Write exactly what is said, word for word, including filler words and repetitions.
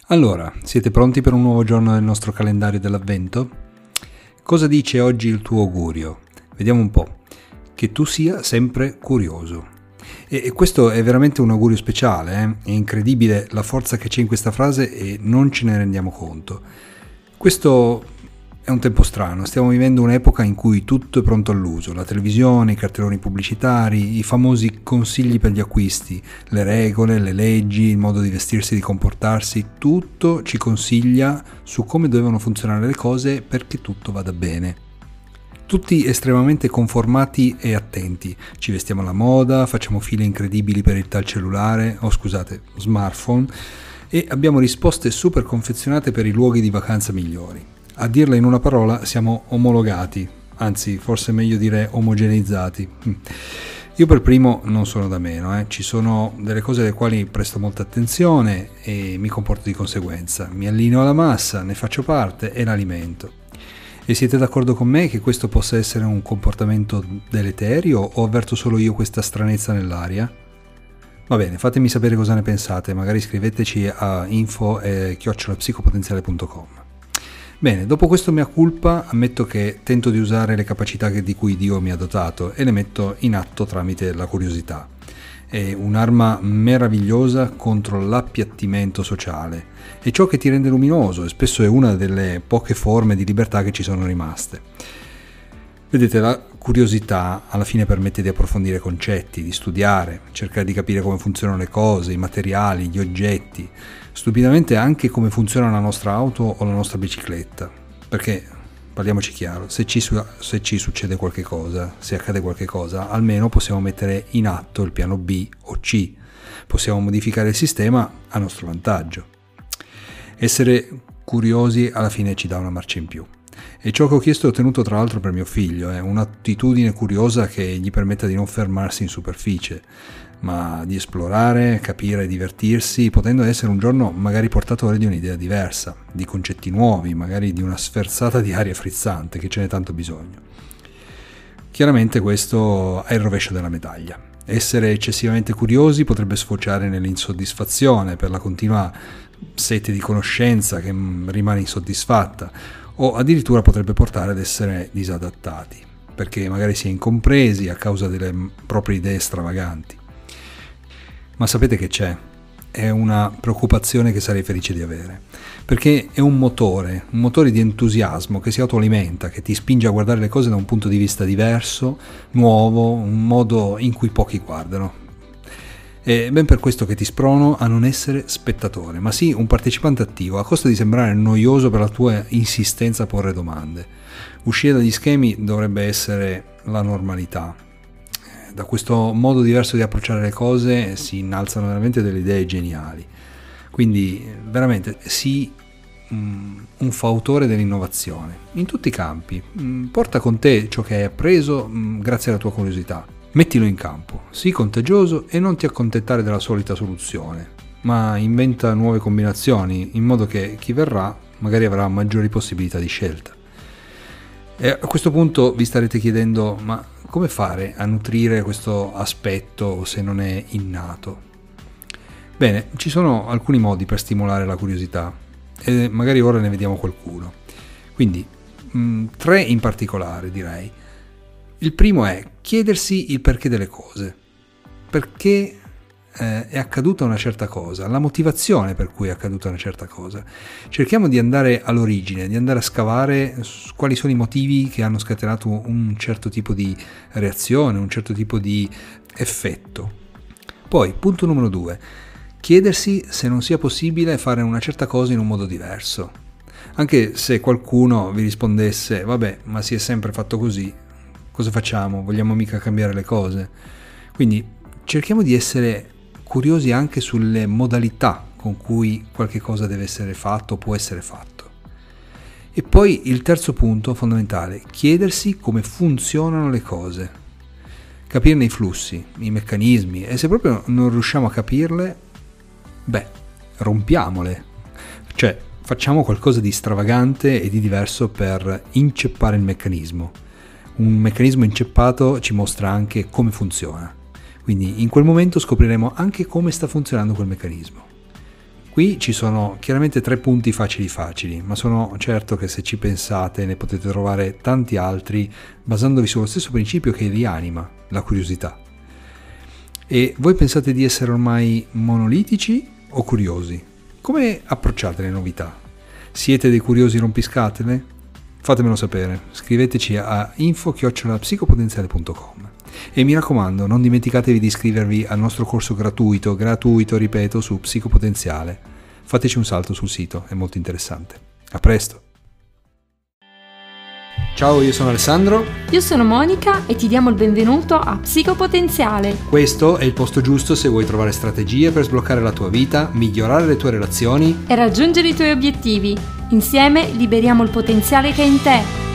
Allora, siete pronti per un nuovo giorno del nostro calendario dell'avvento? Cosa dice oggi il tuo augurio? Vediamo un po'. Che tu sia sempre curioso. E, e questo è veramente un augurio speciale, eh? È incredibile la forza che c'è in questa frase e non ce ne rendiamo conto. Questo è un tempo strano, stiamo vivendo un'epoca in cui tutto è pronto all'uso, la televisione, i cartelloni pubblicitari, i famosi consigli per gli acquisti, le regole, le leggi, il modo di vestirsi, di comportarsi, tutto ci consiglia su come devono funzionare le cose perché tutto vada bene. Tutti estremamente conformati e attenti, ci vestiamo alla moda, facciamo file incredibili per il tal cellulare, o scusate, smartphone, e abbiamo risposte super confezionate per i luoghi di vacanza migliori. A dirla in una parola, siamo omologati, anzi forse è meglio dire omogeneizzati. Io per primo non sono da meno, eh. Ci sono delle cose alle quali presto molta attenzione e mi comporto di conseguenza. Mi allineo alla massa, ne faccio parte e l'alimento. E siete d'accordo con me che questo possa essere un comportamento deleterio o avverto solo io questa stranezza nell'aria? Va bene, fatemi sapere cosa ne pensate, magari scriveteci a info chiocciola psicopotenziale punto com. Bene, dopo questo mea culpa ammetto che tento di usare le capacità di cui Dio mi ha dotato e le metto in atto tramite la curiosità. È un'arma meravigliosa contro l'appiattimento sociale. È ciò che ti rende luminoso e spesso è una delle poche forme di libertà che ci sono rimaste. Vedete, la curiosità alla fine permette di approfondire concetti, di studiare, cercare di capire come funzionano le cose, i materiali, gli oggetti, stupidamente anche come funziona la nostra auto o la nostra bicicletta, perché, parliamoci chiaro, se ci, se ci succede qualche cosa, se accade qualche cosa, almeno possiamo mettere in atto il piano B o C, possiamo modificare il sistema a nostro vantaggio. Essere curiosi alla fine ci dà una marcia in più. E ciò che ho chiesto e ottenuto tra l'altro per mio figlio è un'attitudine curiosa che gli permetta di non fermarsi in superficie, ma di esplorare, capire e divertirsi, potendo essere un giorno magari portatore di un'idea diversa, di concetti nuovi, magari di una sferzata di aria frizzante, che ce n'è tanto bisogno. Chiaramente questo è il rovescio della medaglia. Essere eccessivamente curiosi potrebbe sfociare nell'insoddisfazione per la continua sete di conoscenza che rimane insoddisfatta, o addirittura potrebbe portare ad essere disadattati, perché magari si è incompresi a causa delle proprie idee stravaganti. Ma sapete che c'è? È una preoccupazione che sarei felice di avere, perché è un motore, un motore di entusiasmo che si autoalimenta, che ti spinge a guardare le cose da un punto di vista diverso, nuovo, un modo in cui pochi guardano. È ben per questo che ti sprono a non essere spettatore, ma sì un partecipante attivo, a costo di sembrare noioso per la tua insistenza a porre domande. Uscire dagli schemi dovrebbe essere la normalità. Da questo modo diverso di approcciare le cose si innalzano veramente delle idee geniali. Quindi veramente sii um, un fautore dell'innovazione, in tutti i campi. Um, porta con te ciò che hai appreso um, grazie alla tua curiosità. Mettilo in campo, sii contagioso e non ti accontentare della solita soluzione, ma inventa nuove combinazioni in modo che chi verrà magari avrà maggiori possibilità di scelta. E a questo punto vi starete chiedendo, ma come fare a nutrire questo aspetto se non è innato? Bene, ci sono alcuni modi per stimolare la curiosità e magari ora ne vediamo qualcuno. Quindi, mh, tre in particolare direi. Il primo è chiedersi il perché delle cose, perché eh, è accaduta una certa cosa, la motivazione per cui è accaduta una certa cosa. Cerchiamo di andare all'origine, di andare a scavare su quali sono i motivi che hanno scatenato un certo tipo di reazione, un certo tipo di effetto. Poi, punto numero due, chiedersi se non sia possibile fare una certa cosa in un modo diverso. Anche se qualcuno vi rispondesse, vabbè, ma si è sempre fatto così, cosa facciamo? Vogliamo mica cambiare le cose? Quindi cerchiamo di essere curiosi anche sulle modalità con cui qualche cosa deve essere fatto o può essere fatto. E poi il terzo punto fondamentale, chiedersi come funzionano le cose, capirne i flussi, i meccanismi, e se proprio non riusciamo a capirle, beh, rompiamole, cioè facciamo qualcosa di stravagante e di diverso per inceppare il meccanismo. Un meccanismo inceppato ci mostra anche come funziona, quindi in quel momento scopriremo anche come sta funzionando quel meccanismo. Qui ci sono chiaramente tre punti facili facili, ma sono certo che se ci pensate ne potete trovare tanti altri basandovi sullo stesso principio che vi anima, la curiosità. E voi pensate di essere ormai monolitici o curiosi? Come approcciate le novità? Siete dei curiosi rompiscatole? Fatemelo sapere, scriveteci a info chiocciola psicopotenziale punto com. E mi raccomando, non dimenticatevi di iscrivervi al nostro corso gratuito, gratuito, ripeto, su Psicopotenziale. Fateci un salto sul sito, è molto interessante. A presto! Ciao, io sono Alessandro. Io sono Monica e ti diamo il benvenuto a Psicopotenziale. Questo è il posto giusto se vuoi trovare strategie per sbloccare la tua vita, migliorare le tue relazioni e raggiungere i tuoi obiettivi. Insieme liberiamo il potenziale che è in te.